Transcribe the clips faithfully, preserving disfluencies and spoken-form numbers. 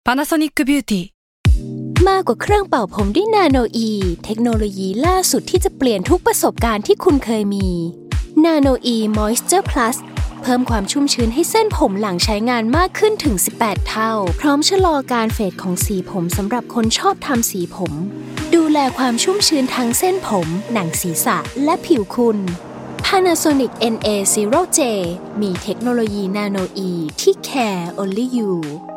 Panasonic Beauty มากกว่าเครื่องเป่าผมด้วยนาโนอีเทคโนโลยีล่าสุดที่จะเปลี่ยนทุกประสบการณ์ที่คุณเคยมีนาโนอีมอยส์เจอร์พลัสเพิ่มความชุ่มชื้นให้เส้นผมหลังใช้งานมากขึ้นถึงสิบแปดเท่าพร้อมชะลอการเฟดของสีผมสำหรับคนชอบทำสีผมดูแลความชุ่มชื้นทั้งเส้นผมหนังศีรษะและผิวคุณ Panasonic เอ็น เอ ศูนย์ เจ มีเทคโนโลยีนาโนอีที่ care only you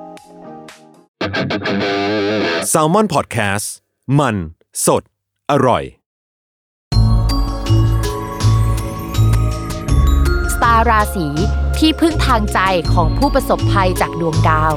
Salmon Podcast มันสดอร่อยสตาร์ราศีที่พึ่งทางใจของผู้ประสบภัยจากดวงดาว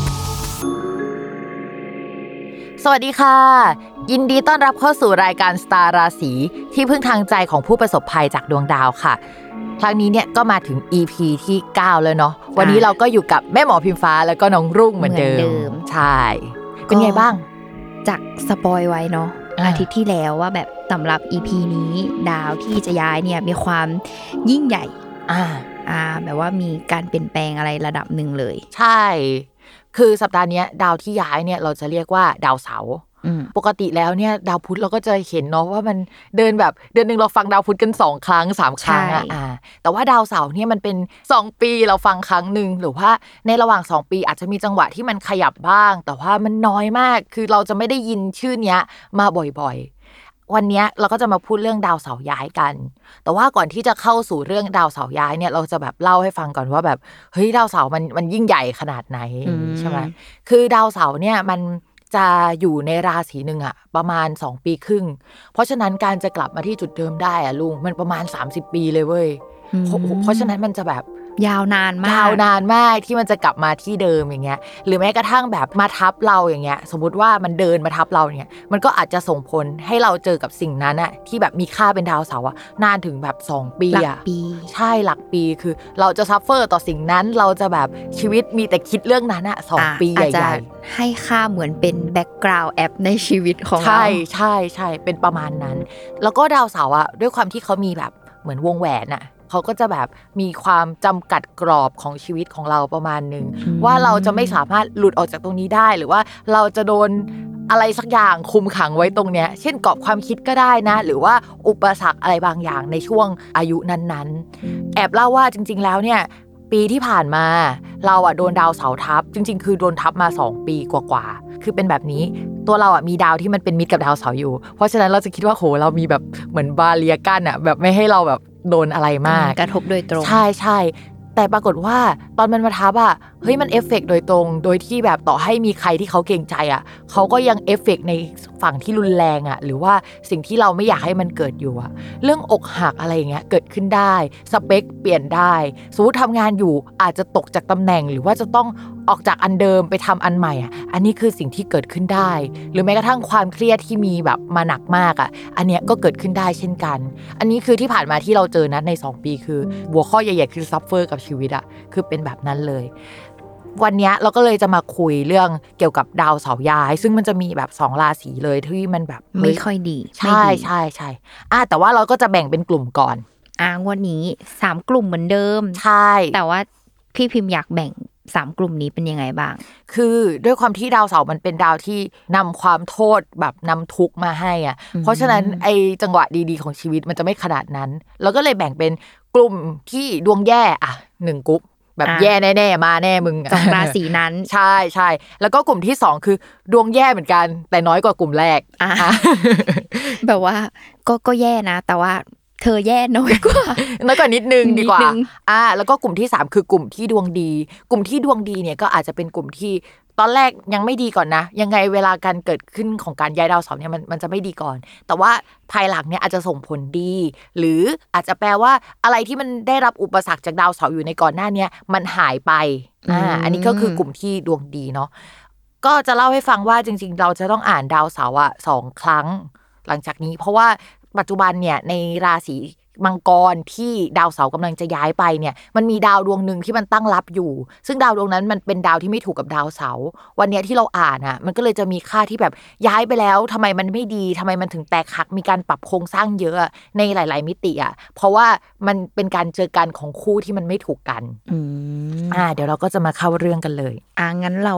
สวัสดีค่ะยินดีต้อนรับเข้าสู่รายการสตาร์ราศีที่พึ่งทางใจของผู้ประสบภัยจากดวงดาวค่ะครั้งนี้เนี่ยก็มาถึง อี พี ที่เก้าแล้วเนาะวันนี้เราก็อยู่กับแม่หมอพิมฟ้าแล้วก็น้องรุ่งเหมือนเดิมใช่เป็นไงบ้างจากสปอยไว้เนาะอาทิตย์ที่แล้วว่าแบบสำหรับ อี พี นี้ดาวที่จะย้ายเนี่ยมีความยิ่งใหญ่อ่าอ่าแบบว่ามีการเปลี่ยนแปลงอะไรระดับหนึ่งเลยใช่คือสัปดาห์นี้ดาวที่ย้ายเนี่ยเราจะเรียกว่าดาวเสาร์ปกติแล้วเนี่ยดาวพุธเราก็จะเห็นเนาะว่ามันเดินแบบเดือนนึงเราฟังดาวพุธกันสองครั้งสามครั้งอ่ะแต่ว่าดาวเสาร์เนี่ยมันเป็นสองปีเราฟังครั้งนึงหรือว่าในระหว่างสองปีอาจจะมีจังหวะที่มันขยับบ้างแต่ว่ามันน้อยมากคือเราจะไม่ได้ยินชื่อเนี้ยมาบ่อยๆวันนี้เราก็จะมาพูดเรื่องดาวเสาร์ย้ายกันแต่ว่าก่อนที่จะเข้าสู่เรื่องดาวเสาร์ย้ายเนี่ยเราจะแบบเล่าให้ฟังก่อนว่าแบบเฮ้ยดาวเสาร์มันมันยิ่งใหญ่ขนาดไหนใช่ไหมคือดาวเสาร์เนี่ยมันจะอยู่ในราศีนึงอะประมาณสองปีครึ่งเพราะฉะนั้นการจะกลับมาที่จุดเดิมได้อะลุงมันประมาณสามสิบปีเลยเว้ยเพราะฉะนั้นมันจะแบบยาวนานมากยาวนานมากที่มันจะกลับมาที่เดิมอย่างเงี้ยหรือแม้กระทั่งแบบมาทับเราอย่างเงี้ยสมมุติว่ามันเดินมาทับเราอย่างเงี้ยมันก็อาจจะส่งผลให้เราเจอกับสิ่งนั้นอะที่แบบมีค่าเป็นดาวเสาร์อะนานถึงแบบสองปีอะหลักปีใช่หลักปีคือเราจะซัฟเฟอร์ต่อสิ่งนั้นเราจะแบบชีวิตมีแต่คิดเรื่องนั้นอะสองปีใหญ่ๆให้ค่าเหมือนเป็นแบ็คกราวด์แอปในชีวิตของเราใช่ใช่ใช่เป็นประมาณนั้นแล้วก็ดาวเสาร์อะด้วยความที่เขามีแบบเหมือนวงแหวนอะเขาก็จะแบบมีความจำกัดกรอบของชีวิตของเราประมาณนึงว่าเราจะไม่สามารถหลุดออกจากตรงนี้ได้หรือว่าเราจะโดนอะไรสักอย่างคุมขังไว้ตรงเนี้ยเช่นกรอบความคิดก็ได้นะหรือว่าอุปสรรคอะไรบางอย่างในช่วงอายุนั้นๆแอบเล่าว่าจริงๆแล้วเนี่ยปีที่ผ่านมาเราอ่ะโดนดาวเสาร์ทับจริงๆคือโดนทับมาสองปีกว่าๆคือเป็นแบบนี้ตัวเราอ่ะมีดาวที่มันเป็นมิตรกับดาวเสาร์อยู่เพราะฉะนั้นเราจะคิดว่าโหเรามีแบบเหมือนบาเรียกั้นอ่ะแบบไม่ให้เราแบบโดนอะไรมากกระทบโดยตรงใช่ๆแต่ปรากฏว่าตอนมันมาทับอ่ะเฮ้ยมันเอฟเฟกต์โดยตรงโดยที่แบบต่อให้มีใครที่เขาเกรงใจอ่ะเขาก็ยังเอฟเฟกต์ในฝั่งที่รุนแรงอ่ะหรือว่าสิ่งที่เราไม่อยากให้มันเกิดอยู่อ่ะเรื่องอกหักอะไรอย่างเงี้ยเกิดขึ้นได้สเปคเปลี่ยนได้สมมุติทำงานอยู่อาจจะตกจากตำแหน่งหรือว่าจะต้องออกจากอันเดิมไปทำอันใหม่อ่ะอันนี้คือสิ่งที่เกิดขึ้นได้หรือแม้กระทั่งความเครียดที่มีแบบมาหนักมากอ่ะอันเนี้ยก็เกิดขึ้นได้เช่นกันอันนี้คือที่ผ่านมาที่เราเจอนะในสองปีคือหัวข้อใหญ่ๆคือซัฟเฟอร์กับชีวิตอ่ะคือเป็นแบบนั้นเลยวันนี้เราก็เลยจะมาคุยเรื่องเกี่ยวกับดาวเสาร์ย้ายซึ่งมันจะมีแบบสองราศีเลยที่มันแบบไม่ค่อยดีใช่ใช่ใช่อ่ะแต่ว่าเราก็จะแบ่งเป็นกลุ่มก่อนอ่ะงวดนี้สามกลุ่มเหมือนเดิมใช่แต่ว่าพี่พิมพ์อยากแบ่งสามกลุ่มนี้เป็นยังไงบ้างคือด้วยความที่ดาวเสาร์มันเป็นดาวที่นำความโทษแบบนำทุกข์มาให้อ่ะเพราะฉะนั้นไอ้จังหวะดีๆของชีวิตมันจะไม่ขนาดนั้นเราก็เลยแบ่งเป็นกลุ่มที่ดวงแย่อ่ะหนึ่งกลุ่มแบบแย่แน่ๆมาแน่มึงสองราศีนั้นใช่ๆแล้วก็กลุ่มที่สองคือดวงแย่เหมือนกันแต่น้อยกว่ากลุ่มแรกอ่ะแบบว่าก็ก็แย่นะแต่ว่าเธอแย่น้อยกว่าน้อยกว่านิดนึงดีกว่าอ่าแล้วก็กลุ่มที่สามคือกลุ่มที่ดวงดีกลุ่มที่ดวงดีเนี่ยก็อาจจะเป็นกลุ่มที่ตอนแรกยังไม่ดีก่อนนะยังไงเวลาการเกิดขึ้นของการย้ายดาวเสาร์เนี่ยมันมันจะไม่ดีก่อนแต่ว่าภายหลังเนี่ยอาจจะส่งผลดีหรืออาจจะแปลว่าอะไรที่มันได้รับอุปสรรคจากดาวเสาร์อยู่ในก่อนหน้านี้มันหายไปอ่าอันนี้ก็คือกลุ่มที่ดวงดีเนาะก็จะเล่าให้ฟังว่าจริงๆเราจะต้องอ่านดาวเสาร์อ่ะสองครั้งหลังจากนี้เพราะว่าปัจจุบันเนี่ยในราศีมังกรที่ดาวเสาร์กำลังจะย้ายไปเนี่ยมันมีดาวดวงนึงที่มันตั้งรับอยู่ซึ่งดาวดวงนั้นมันเป็นดาวที่ไม่ถูกกับดาวเสาร์วันนี้ที่เราอ่านอ่ะมันก็เลยจะมีค่าที่แบบย้ายไปแล้วทำไมมันไม่ดีทำไมมันถึงแตกหักมีการปรับโครงสร้างเยอะในหลายๆมิติอ่ะเพราะว่ามันเป็นการเจอกันของคู่ที่มันไม่ถูกกันอืมอ่าเดี๋ยวเราก็จะมาเข้าเรื่องกันเลยอ่างั้นเรา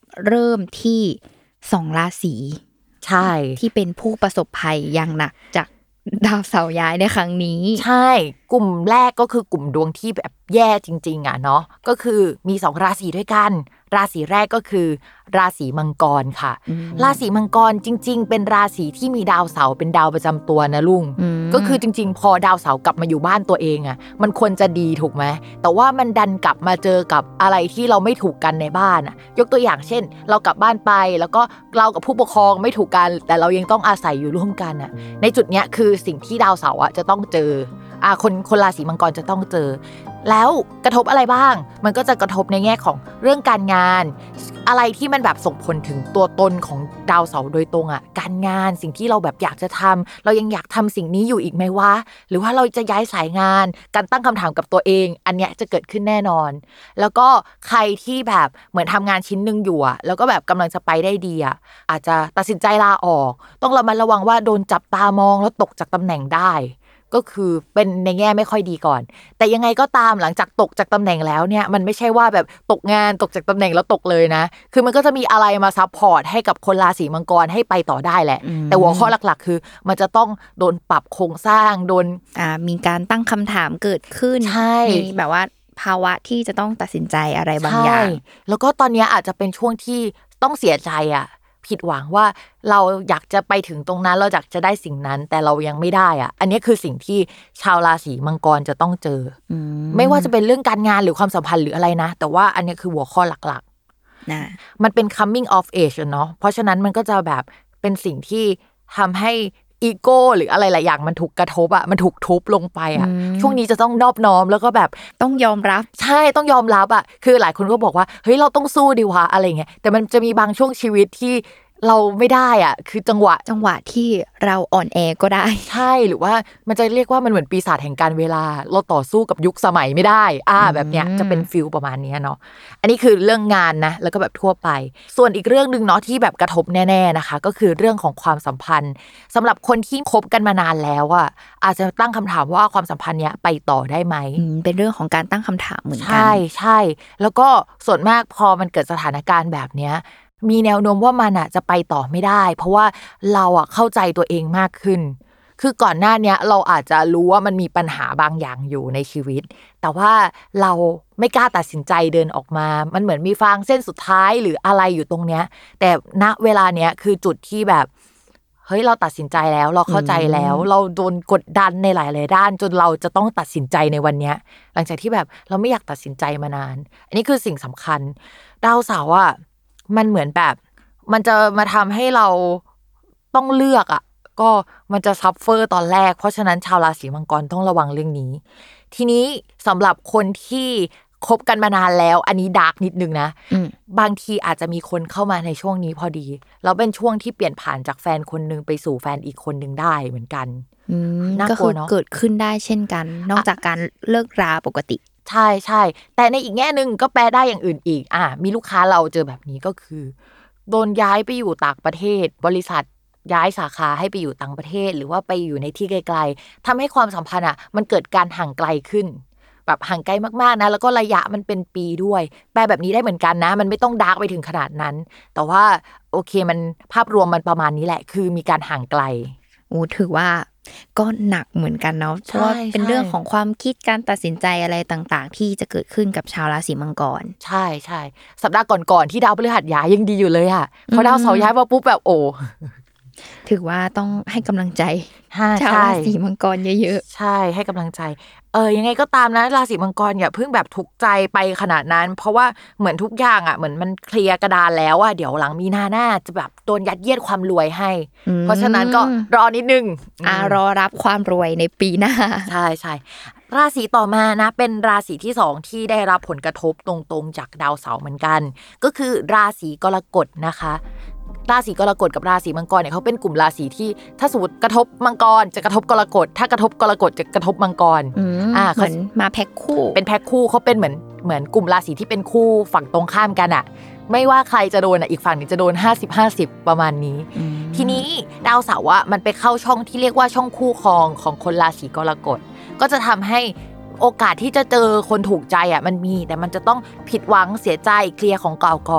เริ่มที่สองราศีใช่ที่เป็นผู้ประสบภัยอย่างหนักจากดาวเสาร์ย้ายในครั้งนี้ใช่กลุ่มแรกก็คือกลุ่มดวงที่แบบแย่จริงๆอ่ะเนาะก็คือมีสองราศีด้วยกันราศีแรกก็คือราศีมังกรค่ะราศีมังกรจริงๆเป็นราศีที่มีดาวเสาร์เป็นดาวประจำตัวนะลุงก็คือจริงๆพอดาวเสาร์กลับมาอยู่บ้านตัวเองอ่ะมันควรจะดีถูกไหมแต่ว่ามันดันกลับมาเจอกับอะไรที่เราไม่ถูกกันในบ้านอ่ะยกตัวอย่างเช่นเรากลับบ้านไปแล้วก็เรากับผู้ปกครองไม่ถูกกันแต่เรายังต้องอาศัยอยู่ร่วมกันอ่ะในจุดเนี้ยคือสิ่งที่ดาวเสาร์อ่ะจะต้องเจออ่ะคนคนราศีมังกรจะต้องเจอแล้วกระทบอะไรบ้างมันก็จะกระทบในแง่ของเรื่องการงานอะไรที่มันแบบส่งผลถึงตัวตนของดาวเสาร์โดยตรงอ่ะการงานสิ่งที่เราแบบอยากจะทำเรายังอยากทำสิ่งนี้อยู่อีกไหมวะหรือว่าเราจะย้ายสายงานการตั้งคำถามกับตัวเองอันเนี้ยจะเกิดขึ้นแน่นอนแล้วก็ใครที่แบบเหมือนทำงานชิ้นนึงอยู่อ่ะแล้วก็แบบกำลังจะไปได้ดีอ่ะอาจจะตัดสินใจลาออกต้องระมัดระวังว่าโดนจับตามองแล้วตกจากตำแหน่งได้ก็คือเป็นในแง่ไม่ค่อยดีก่อนแต่ยังไงก็ตามหลังจากตกจากตำแหน่งแล้วเนี่ยมันไม่ใช่ว่าแบบตกงานตกจากตำแหน่งแล้วตกเลยนะคือมันก็จะมีอะไรมาซัพพอร์ตให้กับคนราศีมังกรให้ไปต่อได้แหละแต่หัวข้อหลักๆคือมันจะต้องโดนปรับโครงสร้างโดนอ่ามีการตั้งคำถามเกิดขึ้นมีแบบว่าภาวะที่จะต้องตัดสินใจอะไรบางอย่างแล้วก็ตอนนี้อาจจะเป็นช่วงที่ต้องเสียใจอ่ะผิดหวังว่าเราอยากจะไปถึงตรงนั้นเราอยากจะได้สิ่งนั้นแต่เรายังไม่ได้อ่ะอันนี้คือสิ่งที่ชาวราศีมังกรจะต้องเจอไม่ว่าจะเป็นเรื่องการงานหรือความสัมพันธ์หรืออะไรนะแต่ว่าอันนี้คือหัวข้อหลักๆนะมันเป็น coming of age เนาะเพราะฉะนั้นมันก็จะแบบเป็นสิ่งที่ทำให้อีโก้หรืออะไรหลายอย่างมันถูกกระทบอ่ะมันถูกทุบลงไปอ่ะช่วงนี้จะต้องนอบน้อมแล้วก็แบบต้องยอมรับใช่ต้องยอมรับอ่ะคือหลายคนก็บอกว่าเฮ้ยเราต้องสู้ดีวะอะไรเงี้ยแต่มันจะมีบางช่วงชีวิตที่เราไม่ได้อ่ะคือจังหวะจังหวะที่เราอ่อนแอก็ได้ใช่หรือว่ามันจะเรียกว่ามันเหมือนปีศาจแห่งการเวลาเราต่อสู้กับยุคสมัยไม่ได้อ่าแบบเนี้ยจะเป็นฟิลประมาณนี้เนาะอันนี้คือเรื่องงานนะแล้วก็แบบทั่วไปส่วนอีกเรื่องนึงเนาะที่แบบกระทบแน่ๆนะคะก็คือเรื่องของความสัมพันธ์สำหรับคนที่คบกันมานานแล้วอ่ะอาจจะตั้งคำถามว่าความสัมพันธ์เนี้ยไปต่อได้ไหมเป็นเรื่องของการตั้งคำถามเหมือนกันใช่ใช่แล้วก็ส่วนมากพอมันเกิดสถานการณ์แบบเนี้ยมีแนวโน้มว่ามันอ่ะจะไปต่อไม่ได้เพราะว่าเราอ่ะเข้าใจตัวเองมากขึ้นคือก่อนหน้านี้เราอาจจะรู้ว่ามันมีปัญหาบางอย่างอยู่ในชีวิตแต่ว่าเราไม่กล้าตัดสินใจเดินออกมามันเหมือนมีฟางเส้นสุดท้ายหรืออะไรอยู่ตรงเนี้ยแต่ณเวลาเนี้ยคือจุดที่แบบเฮ้ยเราตัดสินใจแล้วเราเข้าใจแล้วเราโดนกดดันในหลายๆด้านจนเราจะต้องตัดสินใจในวันเนี้ยหลังจากที่แบบเราไม่อยากตัดสินใจมานานอันนี้คือสิ่งสำคัญดาวเสาร์อ่ะมันเหมือนแบบมันจะมาทำให้เราต้องเลือกอ่ะก็มันจะซัฟเฟอร์ตอนแรกเพราะฉะนั้นชาวราศีมังกรต้องระวังเรื่องนี้ทีนี้สำหรับคนที่คบกันมานานแล้วอันนี้ดาร์กนิดนึงนะบางทีอาจจะมีคนเข้ามาในช่วงนี้พอดีแล้วเป็นช่วงที่เปลี่ยนผ่านจากแฟนคนนึงไปสู่แฟนอีกคนนึงได้เหมือนกันน่ากลัวเนาะเกิดขึ้นได้เช่นกันนอกจากการเลิกราปกติใช่ใช่แต่ในอีกแง่นึงก็แปลได้อย่างอื่นอีกอ่ะมีลูกค้าเราเจอแบบนี้ก็คือโดนย้ายไปอยู่ต่างประเทศบริษัทย้ายสาขาให้ไปอยู่ต่างประเทศหรือว่าไปอยู่ในที่ไกลๆทำให้ความสัมพันธ์อ่ะมันเกิดการห่างไกลขึ้นแบบห่างไกลมากๆนะแล้วก็ระยะมันเป็นปีด้วยแปลแบบนี้ได้เหมือนกันนะมันไม่ต้องดาร์กไปถึงขนาดนั้นแต่ว่าโอเคมันภาพรวมมันประมาณนี้แหละคือมีการห่างไกลโอ้ถือว่าก็หนักเหมือนกันเนาะเพราะว่าเป็นเรื่องของความคิดการตัดสินใจอะไรต่างๆที่จะเกิดขึ้นกับชาวราศีมังกรใช่ใช่สัปดาห์ก่อนๆที่ดาวพฤหัสย้ายยังดีอยู่เลยอ่ะพอดาวเสาร์ย้ายมาปุ๊บแบบโอ้ถือว่าต้องให้กำลังใจชาวราศีมังกรเยอะๆใช่ให้กำลังใจเออยังไงก็ตามนะราศีมังกรอย่าเพิ่งแบบทุกข์ใจไปขนาดนั้นเพราะว่าเหมือนทุกอย่างอ่ะเหมือนมันเคลียร์กระดานแล้วอ่ะเดี๋ยวหลังมีนาหน้าจะแบบโดนยัดเยียดความรวยให้เพราะฉะนั้นก็รอนิดนึงอ่ารอรับความรวยในปีหน้าใช่ใช่ราศีต่อมานะเป็นราศีที่สองที่ได้รับผลกระทบตรงๆจากดาวเสาร์เหมือนกันก็คือราศีกรกฎนะคะราศีกรกฎกับราศีมังกรเนี่ยเขาเป็นกลุ่มราศีที่ถ้าสมมติกระทบมังกรจะกระทบกรกฎถ้ากระทบกรกฎจะกระทบมังกรอ่าเหมือนมาแพ็คคู่เป็นแพ็คคู่เขาเป็นเหมือนเหมือนกลุ่มราศีที่เป็นคู่ฝั่งตรงข้ามกันอ่ะไม่ว่าใครจะโดนอ่ะอีกฝั่งนึงจะโดนห้าสิบ ห้าสิบประมาณนี้ทีนี้ดาวเสาร์อ่ะมันไปเข้าช่องที่เรียกว่าช่องคู่ครองของคนราศีกรกฎก็จะทำให้โอกาสที่จะเจอคนถูกใจอ่ะมันมีแต่มันจะต้องผิดหวังเสียใจเคลียร์ของเก่าก่อน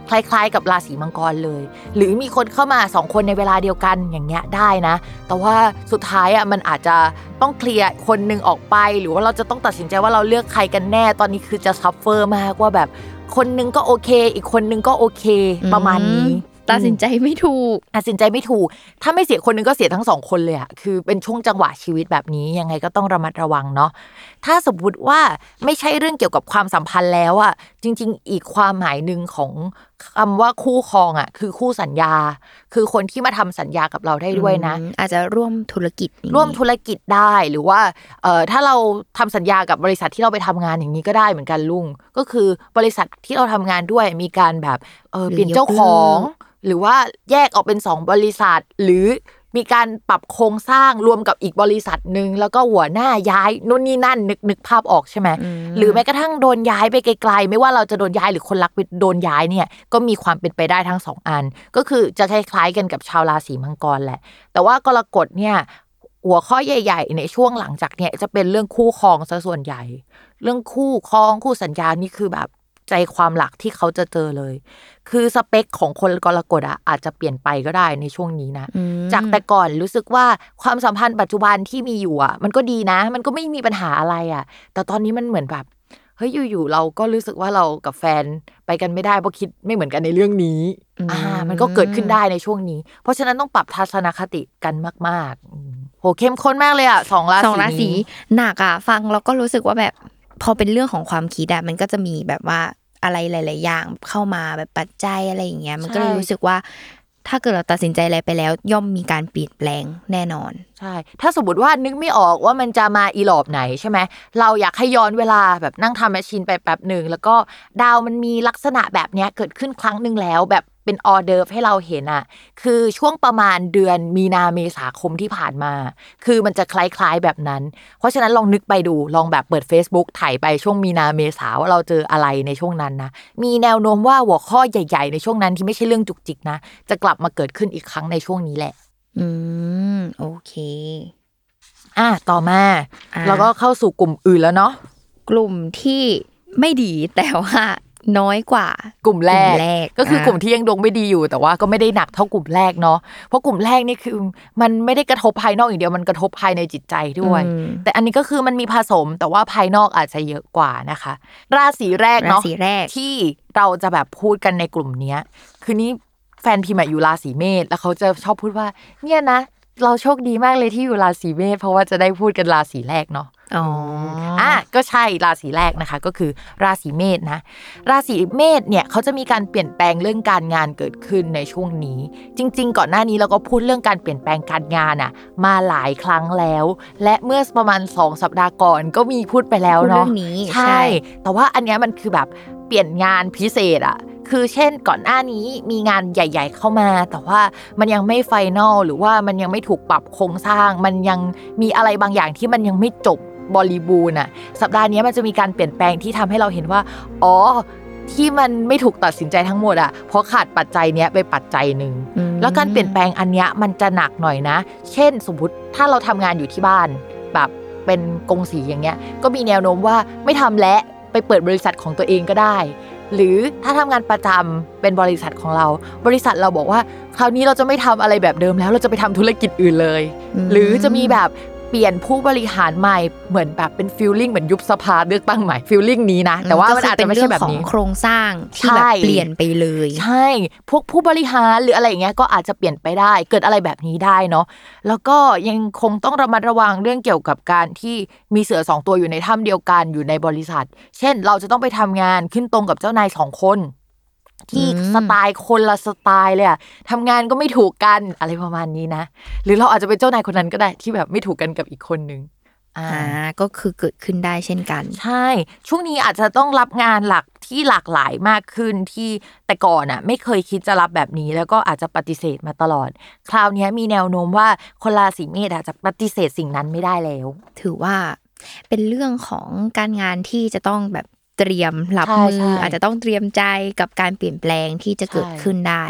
คล้ายๆกับราศีมังกรเลยหรือมีคนเข้ามาสองคนในเวลาเดียวกันอย่างเงี้ยได้นะแต่ว่าสุดท้ายอ่ะมันอาจจะต้องเคลียร์คนนึงออกไปหรือว่าเราจะต้องตัดสินใจว่าเราเลือกใครกันแน่ตอนนี้คือจะซัฟเฟอร์มากว่าแบบคนนึงก็โอเคอีกคนนึงก็โอเคประมาณนี้ตัดสินใจไม่ถูกตัดสินใจไม่ถูกถ้าไม่เสียคนนึงก็เสียทั้งสองคนเลยอะคือเป็นช่วงจังหวะชีวิตแบบนี้ยังไงก็ต้องระมัดระวังเนาะถ้าสมมติว่าไม่ใช่เรื่องเกี่ยวกับความสัมพันธ์แล้วอะจริงๆอีกความหมายนึงของคำว่าคู่ครองอะคือคู่สัญญาคือคนที่มาทำสัญญากับเราได้ด้วยนะอาจจะร่วมธุรกิจร่วมธุรกิจได้หรือว่าเอ่อถ้าเราทำสัญญากับบริษัทที่เราไปทำงานอย่างนี้ก็ได้เหมือนกันลุงก็คือบริษัทที่เราทำงานด้วยมีการแบบเออเปลี่ยนเจ้าของหรือว่าแยกออกเป็นสองบริษัทหรือมีการปรับโครงสร้างรวมกับอีกบริษัทนึงแล้วก็หัวหน้าย้ายนู่นนี่นั่นนึกนึกภาพออกใช่ไหมหรือแม้กระทั่งโดนย้ายไปไกลๆไม่ว่าเราจะโดนย้ายหรือคนรักโดนย้ายเนี่ยก็มีความเป็นไปได้ทั้งสองอันก็คือจะคล้ายๆกันกับชาวราศีมังกรแหละแต่ว่ากรกฎเนี่ยหัวข้อใหญ่ๆในช่วงหลังจากเนี่ยจะเป็นเรื่องคู่ครองซะส่วนใหญ่เรื่องคู่ครองคู่สัญญานี่คือแบบใจความหลักที่เขาจะเจอเลยคือสเปคของคนกรกฎอ่ะอาจจะเปลี่ยนไปก็ได้ในช่วงนี้นะจากแต่ก่อนรู้สึกว่าความสัมพันธ์ปัจจุบันที่มีอยู่อ่ะมันก็ดีนะมันก็ไม่มีปัญหาอะไรอ่ะแต่ตอนนี้มันเหมือนแบบเฮ้ยอยู่ๆเราก็รู้สึกว่าเรากับแฟนไปกันไม่ได้เพราะคิดไม่เหมือนกันในเรื่องนี้อ่ามันก็เกิดขึ้นได้ในช่วงนี้เพราะฉะนั้นต้องปรับทัศนคติกันมากๆโหเข้มข้นมากเลยอ่ะสองราศีสองราศีหนักอ่ะฟังแล้วก็รู้สึกว่าแบบพอเป็นเรื่องของความคิดอ่ะมันก็จะมีแบบว่าอะไรหลายๆอย่างเข้ามาแบบปัจจัยอะไรอย่างเงี้ยมันก็เลยรู้สึกว่าถ้าเกิดเราตัดสินใจอะไรไปแล้วย่อมมีการเปลี่ยนแปลงแน่นอนใช่ถ้าสมมติว่านึกไม่ออกว่ามันจะมาอีหลอบไหนใช่ไหมเราอยากให้ย้อนเวลาแบบนั่งทำแมชชีนไปแป๊บหนึ่งแล้วก็ดาวมันมีลักษณะแบบนี้เกิดขึ้นครั้งนึงแล้วแบบเป็นออเดิร์ฟให้เราเห็นอ่ะคือช่วงประมาณเดือนมีนาเมษาคมที่ผ่านมาคือมันจะคล้ายๆแบบนั้นเพราะฉะนั้นลองนึกไปดูลองแบบเปิด Facebook ถ่ายไปช่วงมีนาเมษาว่าเราเจออะไรในช่วงนั้นนะมีแนวโน้มว่าหัวข้อใหญ่ๆในช่วงนั้นที่ไม่ใช่เรื่องจุกจิกนะจะกลับมาเกิดขึ้นอีกครั้งในช่วงนี้แหละอืมโอเคอ่ะต่อมาแล้วก็เข้าสู่กลุ่มอื่นแล้วเนาะกลุ่มที่ไม่ดีแต่ว่าน้อยกว่ากลุ่มแรกก็คือกลุ่มที่ยังดวงไม่ดีอยู่แต่ว่าก็ไม่ได้หนักเท่ากลุ่มแรกเนาะเพราะกลุ่มแรกนี่คือมันไม่ได้กระทบภายนอกอย่างเดียวมันกระทบภายในจิตใจด้วยแต่อันนี้ก็คือมันมีผสมแต่ว่าภายนอกอาจจะเยอะกว่านะคะราศีแรกเนาะที่เราจะแบบพูดกันในกลุ่มนี้คือนี่แฟนพิมพ์อยู่ราศีเมษแล้วเขาจะชอบพูดว่าเนี่ยนะเราโชคดีมากเลยที่อยู่ราศีเมษเพราะว่าจะได้พูดกันราศีแรกเนาะอ๋ออ่ะก็ใช่ราศีแรกนะคะก็คือราศีเมษนะราศีเมษเนี่ยเขาจะมีการเปลี่ยนแปลงเรื่องการงานเกิดขึ้นในช่วงนี้จริงๆก่อนหน้านี้เราก็พูดเรื่องการเปลี่ยนแปลงการงานอ่ะมาหลายครั้งแล้วและเมื่อประมาณสองสัปดาห์ก่อนก็มีพูดไปแล้วเนาะใช่แต่ว่าอันเนี้ยมันคือแบบเปลี่ยนงานพิเศษอ่ะคือเช่นก่อนหน้านี้มีงานใหญ่ๆเข้ามาแต่ว่ามันยังไม่ไฟนอลหรือว่ามันยังไม่ถูกปรับโครงสร้างมันยังมีอะไรบางอย่างที่มันยังไม่จบบริบูรณ์อ่ะสัปดาห์นี้มันจะมีการเปลี่ยนแปลงที่ทำให้เราเห็นว่าอ๋อที่มันไม่ถูกตัดสินใจทั้งหมดอ่ะเพราะขาดปัจจัยเนี้ยไปปัจจัยนึงแล้วการเปลี่ยนแปลงอันเนี้ยมันจะหนักหน่อยนะเช่นสมมุติถ้าเราทำงานอยู่ที่บ้านแบบเป็นกงสีอย่างเงี้ยก็มีแนวโน้มว่าไม่ทำและไปเปิดบริษัทของตัวเองก็ได้หรือถ้าทำงานประจำเป็นบริษัทของเราบริษัทเราบอกว่าคราวนี้เราจะไม่ทำอะไรแบบเดิมแล้วเราจะไปทำธุรกิจอื่นเลยหรือจะมีแบบเปลี่ยนผู้บริหารใหม่เหมือนแบบเป็นฟีลลิ่งเหมือนยุบสภาเลือกตั้งใหม่ฟีลลิ่งนี้นะแต่ว่ามันอาจจะไม่ใช่แบบนี้โครงสร้างที่แบบเปลี่ยนไปเลยใช่พวกผู้บริหารหรืออะไรอย่างเงี้ยก็อาจจะเปลี่ยนไปได้เกิดอะไรแบบนี้ได้เนาะแล้วก็ยังคงต้องระมัดระวังเรื่องเกี่ยวกับการที่มีเสือสองตัวอยู่ในถ้ำเดียวกันอยู่ในบริษัทเช่นเราจะต้องไปทำงานขึ้นตรงกับเจ้านายสองคนที่สไตล์คนละสไตล์เลยอะทำงานก็ไม่ถูกกันอะไรประมาณนี้นะหรือเราอาจจะเป็นเจ้านายคนนั้นก็ได้ที่แบบไม่ถูกกันกับอีกคนนึงอ่าก็คือเกิดขึ้นได้เช่นกันใช่ช่วงนี้อาจจะต้องรับงานหลักที่หลากหลายมากขึ้นที่แต่ก่อนอะไม่เคยคิดจะรับแบบนี้แล้วก็อาจจะปฏิเสธมาตลอดคราวนี้มีแนวโน้มว่าคนราศีเมษอาจจะปฏิเสธสิ่งนั้นไม่ได้แล้วถือว่าเป็นเรื่องของการงานที่จะต้องแบบเตรียมรับมืออาจจะต้องเตรียมใจกับการเปลี่ยนแปลงที่จะเกิดขึ้นได้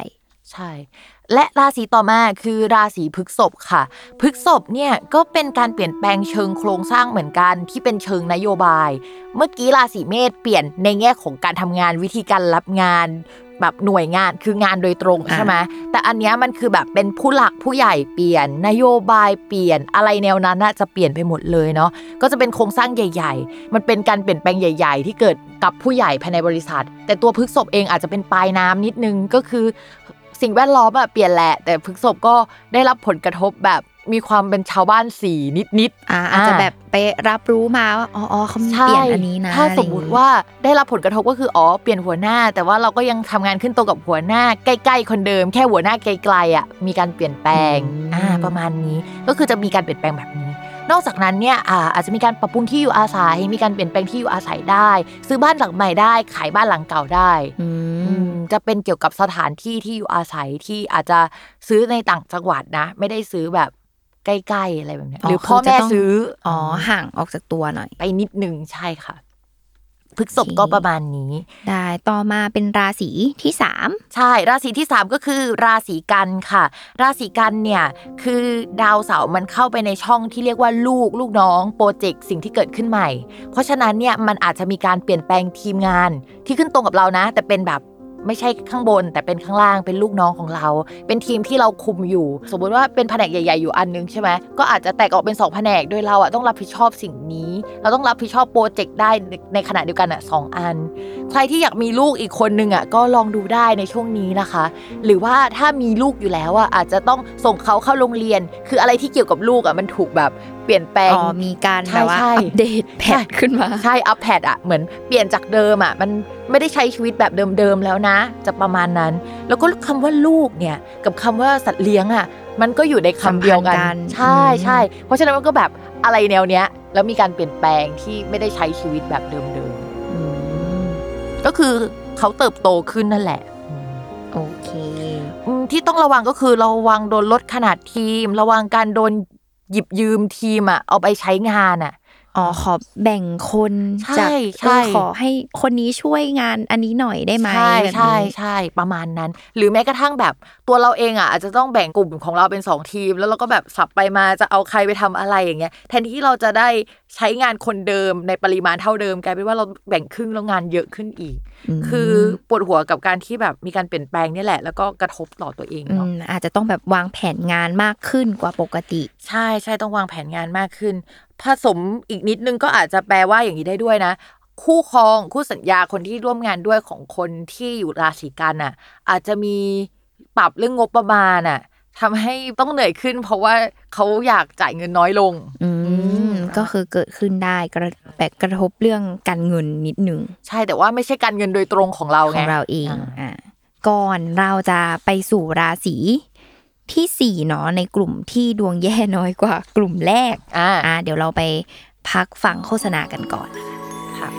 ใช่และราศีต่อมาคือราศีพฤษภค่ะพฤษภเนี่ยก็เป็นการเปลี่ยนแปลงเชิงโครงสร้างเหมือนกันที่เป็นเชิงนโยบายเมื่อกี้ราศีเมษเปลี่ยนในแง่ของการทำงานวิธีการรับงานแบบหน่วยงานคืองานโดยตรงใช่ไหมแต่อันเนี้ยมันคือแบบเป็นผู้หลักผู้ใหญ่เปลี่ยนนโยบายเปลี่ยนอะไรแนวนั้นน่ะจะเปลี่ยนไปหมดเลยเนาะก็จะเป็นโครงสร้างใหญ่ๆมันเป็นการเปลี่ยนแปลงใหญ่ๆที่เกิดกับผู้ใหญ่ภายในบริษัทแต่ตัวพฤษภเองอาจจะเป็นปลายน้ำนิดนึงก็คือสิ่งแวดล้อมอะเปลี่ยนแหละแต่พฤษภก็ได้รับผลกระทบแบบมีความเป็นชาวบ้านสีนิดๆอ่าอาจจะแบบไปรับรู้มาว่าอ๋อเขาเปลี่ยนอันนี้นะถ้าสมมุติว่าได้รับผลกระทบก็คืออ๋อเปลี่ยนหัวหน้าแต่ว่าเราก็ยังทำงานขึ้นตรงกับหัวหน้าใกล้ๆคนเดิมแค่หัวหน้าไกลๆอ่ะมีการเปลี่ยนแปลงอ่าประมาณนี้ก็คือจะมีการเปลี่ยนแปลงแบบนี้นอกจากนั้นเนี่ยอ่าอาจจะมีการปรับปรุงที่อยู่อาศัยมีการเปลี่ยนแปลงที่อยู่อาศัยได้ซื้อบ้านหลังใหม่ได้ขายบ้านหลังเก่าได้จะเป็นเกี่ยวกับสถานที่ที่อยู่อาศัยที่อาจจะซื้อในต่างจังหวัดนะไม่ได้ซื้อแบบใกล้ๆอะไรแบบนี้หรือพ่อแม่ซื้ออ๋อห่างออกจากตัวหน่อยไปนิดนึงใช่ค่ะพฤษภก็ประมาณนี้ได้ต่อมาเป็นราศีที่สามใช่ราศีที่สามก็คือราศีกันค่ะราศีกันเนี่ยคือดาวเสาร์มันเข้าไปในช่องที่เรียกว่าลูกลูกน้องโปรเจกต์สิ่งที่เกิดขึ้นใหม่เพราะฉะนั้นเนี่ยมันอาจจะมีการเปลี่ยนแปลงทีมงานที่ขึ้นตรงกับเรานะแต่เป็นแบบไม่ใช่ข้างบนแต่เป็นข้างล่างเป็นลูกน้องของเราเป็นทีมที่เราคุมอยู่สมมติว่าเป็นแผนกใหญ่ๆอยู่อันนึงใช่ไหมก็อาจจะแตกออกเป็นสองแผนกโดยเราอ่ะต้องรับผิดชอบสิ่งนี้เราต้องรับผิดชอบโปรเจกต์ได้ในขณะเดียวกันอ่ะสองอันใครที่อยากมีลูกอีกคนนึงอ่ะก็ลองดูได้ในช่วงนี้นะคะหรือว่าถ้ามีลูกอยู่แล้วอ่ะอาจจะต้องส่งเขาเข้าโรงเรียนคืออะไรที่เกี่ยวกับลูกอ่ะมันถูกแบบเปลี่ยนแปลงอ๋อมีการแบบว่าอัปเดตแพทขึ้นมาใช่อัปแพทอ่ะเหมือนเปลี่ยนจากเดิมอ่ะมันไม่ได้ใช้ชีวิตแบบเดิมๆแล้วนะจะประมาณนั้นแล้วก็คำว่าลูกเนี่ยกับคำว่าสัตว์เลี้ยงอ่ะมันก็อยู่ในคำเดียวกันใช่ใช่เพราะฉะนั้นมันก็แบบอะไรแนวเนี้ยแล้วมีการเปลี่ยนแปลงที่ไม่ได้ใช้ชีวิตแบบเดิมๆก็คือเขาเติบโตขึ้นนั่นแหละโอเคที่ต้องระวังก็คือระวังโดนลดขนาดทีมระวังการโดนหยิบยืมทีมอ่ะเอาไปใช้งานอ่ะอ๋อขอแบ่งคนจากขอให้คนนี้ช่วยงานอันนี้หน่อยได้ไหมใช่ใช่ใช่ประมาณนั้นหรือแม้กระทั่งแบบตัวเราเองอ่ะอาจจะต้องแบ่งกลุ่มของเราเป็นสองทีมแล้วเราก็แบบสับไปมาจะเอาใครไปทำอะไรอย่างเงี้ยแทนที่เราจะได้ใช้งานคนเดิมในปริมาณเท่าเดิมกลายเป็นว่าเราแบ่งครึ่งแล้วงานเยอะขึ้นอีกคือปวดหัวกับการที่แบบมีการเปลี่ยนแปลงนี่แหละแล้วก็กระทบต่อตัวเองเนาะอาจจะต้องแบบวางแผนงานมากขึ้นกว่าปกติใช่ใช่ต้องวางแผนงานมากขึ้นผสมอีกนิดนึงก็อาจจะแปลว่าอย่างนี้ได้ด้วยนะคู่ครองคู่สัญญาคนที่ร่วมงานด้วยของคนที่อยู่ราศีกันน่ะอาจจะมีปรับเรื่องงบประมาณน่ะทำให้ต้องเหนื่อยขึ้นเพราะว่าเขาอยากจ่ายเงินน้อยลงอืมก็คือเกิดขึ้นได้กระแบบกระทบเรื่องการเงินนิดนึงใช่แต่ว่าไม่ใช่การเงินโดยตรงของเราไงของเราเองอ่าก่อนเราจะไปสู่ราศีที่สี่เนาะในกลุ่มที่ดวงแย่น้อยกว่ากลุ่มแรกอ่าอ่าเดี๋ยวเราไปพักฟังโฆษณากันก่อนค่ะ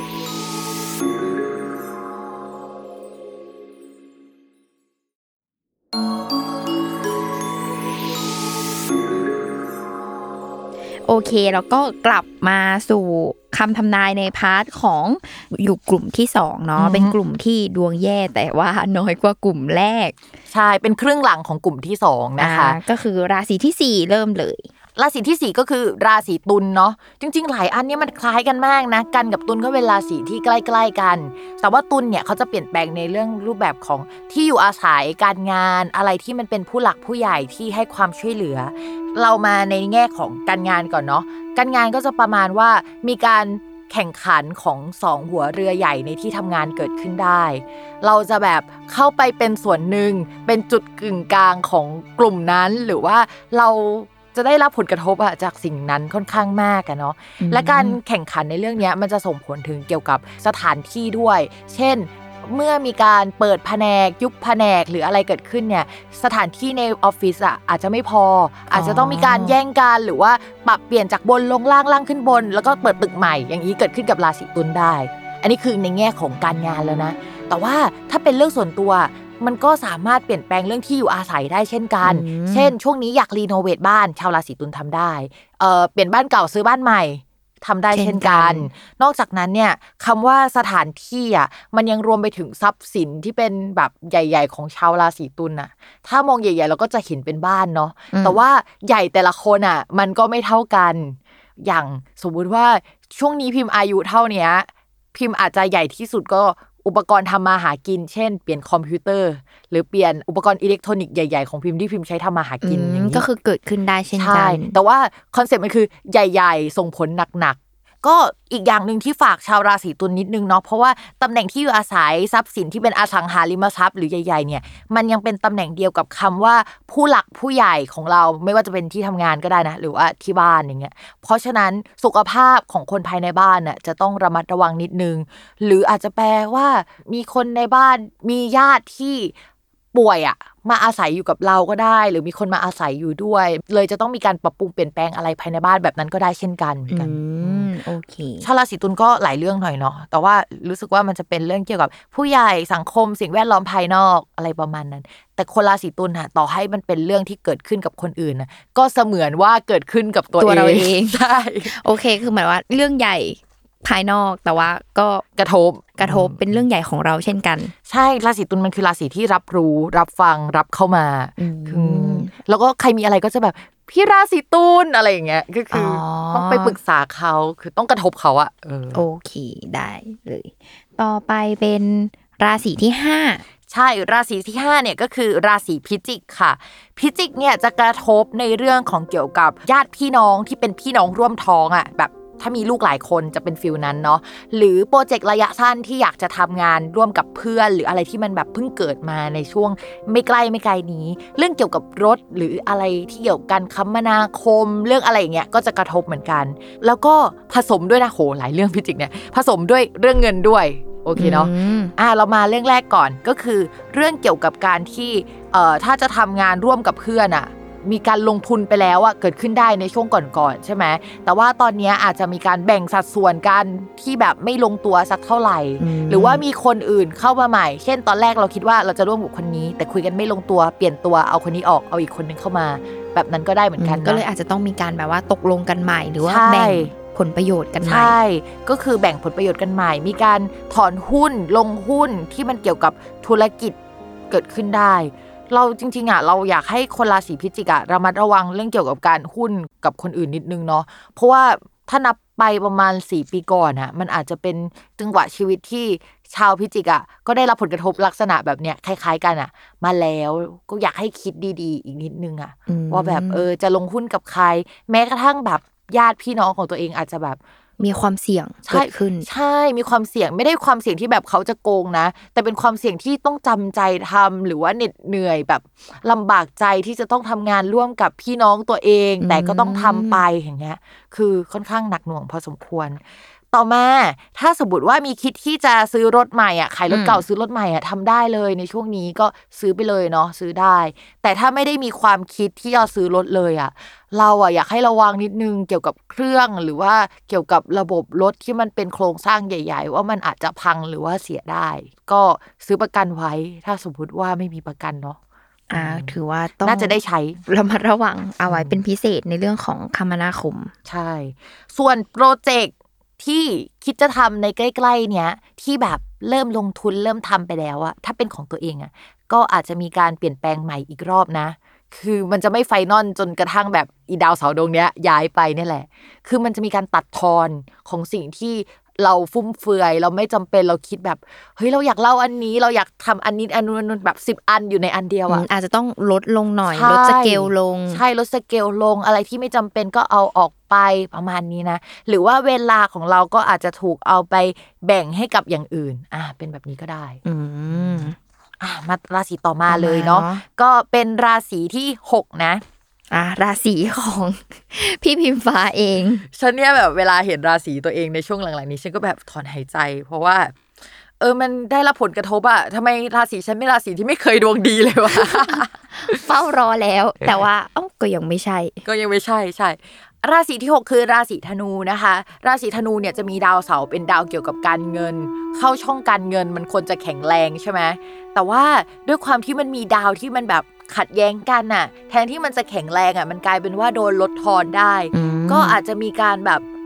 โอเคแล้วก็กลับมาสู่คำทำนายในพาร์ทของอยู่กลุ่มที่สองเนาะเป็นกลุ่มที่ดวงแย่แต่ว่าน้อยกว่ากลุ่มแรกใช่เป็นครึ่งหลังของกลุ่มที่สองนะคะก็คือราศีที่สี่เริ่มเลยราศีที่สี่ก็คือราศีตุลเนาะจริงๆหลายอันนี้มันคล้ายกันมากนะกันกับตุลก็เป็นราศีที่ใกล้ๆกันแต่ว่าตุลเนี่ยเขาจะเปลี่ยนแปลงในเรื่องรูปแบบของที่อยู่อาศัยการงานอะไรที่มันเป็นผู้หลักผู้ใหญ่ที่ให้ความช่วยเหลือเรามาในแง่ของการงานก่อนเนาะการงานก็จะประมาณว่ามีการแข่งขันของสองหัวเรือใหญ่ในที่ทำงานเกิดขึ้นได้เราจะแบบเข้าไปเป็นส่วนหนึ่งเป็นจุดกึ่งกลางของกลุ่มนั้นหรือว่าเราจะได้รับผลกระทบอะจากสิ่งนั้นค่อนข้างมากอะเนาะและการแข่งขันในเรื่องนี้มันจะส่งผลถึงเกี่ยวกับสถานที่ด้วยเช่นเมื่อมีการเปิดแผนกยุบแผนกหรืออะไรเกิดขึ้นเนี่ยสถานที่ในออฟฟิศอะอาจจะไม่พออาจจะต้องมีการแย่งกันหรือว่าปรับเปลี่ยนจากบนลงล่างล่างขึ้นบนแล้วก็เปิดตึกใหม่อย่างนี้เกิดขึ้นกับราศีตุลได้อันนี้คือในแง่ของการงานแล้วนะแต่ว่าถ้าเป็นเรื่องส่วนตัวมันก็สามารถเปลี่ยนแปลงเรื่องที่อยู่อาศัยได้เช่นกันเช่นช่วงนี้อยากรีโนเวทบ้านชาวราศีตุลทำได้เอ่อเปลี่ยนบ้านเก่าซื้อบ้านใหม่ทำได้เช่นกันนอกจากนั้นเนี่ยคำว่าสถานที่อ่ะมันยังรวมไปถึงทรัพย์สินที่เป็นแบบใหญ่ๆของชาวราศีตุลน่ะถ้ามองใหญ่ๆเราก็จะเห็นเป็นบ้านเนาะแต่ว่าใหญ่แต่ละคนอ่ะมันก็ไม่เท่ากันอย่างสมมุติว่าช่วงนี้พิมพ์อายุเท่านี้พิมพ์อาจจะใหญ่ที่สุดก็อุปกรณ์ทำมาหากินเช่นเปลี่ยนคอมพิวเตอร์หรือเปลี่ยนอุปกรณ์อิเล็กทรอนิกส์ใหญ่ๆของพิมพ์ที่พิมพ์ใช้ทำมาหากินอย่างนี้ก็คือเกิดขึ้นได้เช่นกันแต่ว่าคอนเซ็ปต์มันคือใหญ่ๆส่งผลหนักๆก็อีกอย่างนึงที่ฝากชาวราศีตุลนิดนึงเนาะเพราะว่าตำแหน่งที่อยู่อาศัยทรัพย์สินที่เป็นอสังหาริมทรัพย์หรือใหญ่ๆเนี่ยมันยังเป็นตำแหน่งเดียวกับคำว่าผู้หลักผู้ใหญ่ของเราไม่ว่าจะเป็นที่ทำงานก็ได้นะหรือว่าที่บ้านอย่างเงี้ยเพราะฉะนั้นสุขภาพของคนภายในบ้านน่ะจะต้องระมัดระวังนิดนึงหรืออาจจะแปลว่ามีคนในบ้านมีญาติที่ป่วยอ่ะมาอาศัยอยู่กับเราก็ได้หรือมีคนมาอาศัยอยู่ด้วยเลยจะต้องมีการปรับปรุงเปลี่ยนแปลงอะไรภายในบ้านแบบนั้นก็ได้เช่นกันเหมือนกันโอเคชาวราศีตุลก็หลายเรื่องหน่อยเนาะแต่ว่ารู้สึกว่ามันจะเป็นเรื่องเกี่ยวกับผู้ใหญ่สังคมสิ่งแวดล้อมภายนอกอะไรประมาณนั้นแต่คนราศีตุลน่ะต่อให้มันเป็นเรื่องที่เกิดขึ้นกับคนอื่นนะก็เสมือนว่าเกิดขึ้นกับตัวเราเองใช่โอเคคือหมายว่าเรื่องใหญ่ภายนอกแต่ว่าก็กระทบกระทบเป็นเรื่องใหญ่ของเราเช่นกันใช่ราศีตุลมันคือราศีที่รับรู้รับฟังรับเข้ามาแล้วก็ใครมีอะไรก็จะแบบพี่ราศีตุลอะไรอย่างเงี้ยก็คือต้องไปปรึกษาเขาคือต้องกระทบเขาอะโอเคได้เลยต่อไปเป็นราศีที่ห้าใช่ราศีที่ห้าเนี่ยก็คือราศีพิจิกค่ะพิจิกเนี่ยจะกระทบในเรื่องของเกี่ยวกับญาติพี่น้องที่เป็นพี่น้องร่วมท้องอ่ะแบบถ้ามีลูกหลายคนจะเป็นฟิลนั้นเนาะหรือโปรเจกต์ระยะสั้นที่อยากจะทำงานร่วมกับเพื่อนหรืออะไรที่มันแบบเพิ่งเกิดมาในช่วงไม่ใกล้ไม่ไกลนี้เรื่องเกี่ยวกับรถหรืออะไรที่เกี่ยวกันคมนาคมเรื่องอะไรอย่างเงี้ยก็จะกระทบเหมือนกันแล้วก็ผสมด้วยนะโหหลายเรื่องพิจิกเนี่ยผสมด้วยเรื่องเงินด้วยโอเคเนาะอ่ะเรามาเรื่องแรกก่อนก็คือเรื่องเกี่ยวกับการที่เอ่อถ้าจะทำงานร่วมกับเพื่อนอ่ะมีการลงทุนไปแล้วอ่ะเกิดขึ้นได้ในช่วงก่อนๆใช่ไหมแต่ว่าตอนนี้อาจจะมีการแบ่งสัดส่วนกันที่แบบไม่ลงตัวสักเท่าไหร่หรือว่ามีคนอื่นเข้ามาใหม่เช่นตอนแรกเราคิดว่าเราจะร่วมกับคนนี้แต่คุยกันไม่ลงตัวเปลี่ยนตัวเอาคนนี้ออกเอาอีกคนนึงเข้ามาแบบนั้นก็ได้เหมือนกันก็เลยอาจจะต้องมีการแบบว่าตกลงกันใหม่หรือว่าแบ่งผลประโยชน์กันใหม่ใช่ก็คือแบ่งผลประโยชน์กันใหม่มีการถอนหุ้นลงหุ้นที่มันเกี่ยวกับธุรกิจเกิดขึ้นได้เราจริงๆอ่ะเราอยากให้คนราศีพิจิกอ่ะระมัดระวังเรื่องเกี่ยวกับการหุ้นกับคนอื่นนิดนึงเนาะเพราะว่าถ้านับไปประมาณสี่ปีก่อนอ่ะมันอาจจะเป็นจังหวะชีวิตที่ชาวพิจิกอ่ะก็ได้รับผลกระทบลักษณะแบบเนี้ยคล้ายๆกันอ่ะมาแล้วก็อยากให้คิดดีๆอีกนิดนึงอ่ะว่าแบบเออจะลงหุ้นกับใครแม้กระทั่งแบบญาติพี่น้องของตัวเองอาจจะแบบมีความเสี่ยงเกิดขึ้นใช่มีความเสี่ยงไม่ได้ความเสี่ยงที่แบบเขาจะโกงนะแต่เป็นความเสี่ยงที่ต้องจำใจทำหรือว่าเหน็ดเหนื่อยแบบลำบากใจที่จะต้องทำงานร่วมกับพี่น้องตัวเองแต่ก็ต้องทำไปอย่างเงี้ยคือค่อนข้างหนักหน่วงพอสมควรต่อมาถ้าสมมติว่ามีคิดที่จะซื้อรถใหม่อ่ะขายรถเก่าซื้อรถใหม่อ่ะทำได้เลยในช่วงนี้ก็ซื้อไปเลยเนาะซื้อได้แต่ถ้าไม่ได้มีความคิดที่จะซื้อรถเลยอ่ะเราอ่ะอยากให้ระวังนิดนึงเกี่ยวกับเครื่องหรือว่าเกี่ยวกับระบบรถที่มันเป็นโครงสร้างใหญ่ๆว่ามันอาจจะพังหรือว่าเสียได้ก็ซื้อประกันไว้ถ้าสมมติว่าไม่มีประกันเนาะอ่าถือว่าต้องน่าจะได้ใช้ระมัดระวังเอาไว้เป็นพิเศษในเรื่องของคมนาคมใช่ส่วนโปรเจกต์ที่คิดจะทำในใกล้ๆเนี้ยที่แบบเริ่มลงทุนเริ่มทำไปแล้วอะถ้าเป็นของตัวเองอะก็อาจจะมีการเปลี่ยนแปลงใหม่อีกรอบนะคือมันจะไม่ไฟนอลจนกระทั่งแบบอีดาวเสาดวงเนี้ยย้ายไปนี่แหละคือมันจะมีการตัดทอนของสิ่งที่เราฟุ่มเฟือยเราไม่จำเป็นเราคิดแบบเฮ้ยเราอยากเล่าอันนี้เราอยากทำอันนี้อันนู้นแบบสิบอันอยู่ในอันเดียวอ่ะอาจจะต้องลดลงหน่อยลดสเกลลงใช่ลดสเกลลงอะไรที่ไม่จำเป็นก็เอาออกไปประมาณนี้นะหรือว่าเวลาของเราก็อาจจะถูกเอาไปแบ่งให้กับอย่างอื่นอ่ะเป็นแบบนี้ก็ได้อืมอ่ะมาราศีต่อมาเลยเนาะก็เป็นราศีที่หกนะอ่ะราศีของพี่พิมฟ้าเองฉันเนี่ยแบบเวลาเห็นราศีตัวเองในช่วงหลังๆนี้ฉันก็แบบถอนหายใจเพราะว่าเออมันได้รับผลกระทบอะทำไมราศีฉันไม่ราศีที่ไม่เคยดวงดีเลยวะเฝ้ารอแล้วแต่ว่าเอ้าก็ยังไม่ใช่ก็ยังไม่ใช่ใช่ราศีที่หกคือราศีธนูนะคะราศีธนูเนี่ยจะมีดาวเสาร์เป็นดาวเกี่ยวกับการเงินเข้าช่องการเงินมันควรจะแข็งแรงใช่ไหมแต่ว่าด้วยความที่มันมีดาวที่มันแบบขัดแย้งกันน่ะแทนที่มันจะแข็งแรงอ่ะมันกลายเป็นว่าโดนลดทอนได้ก็อาจจะมีการแบบ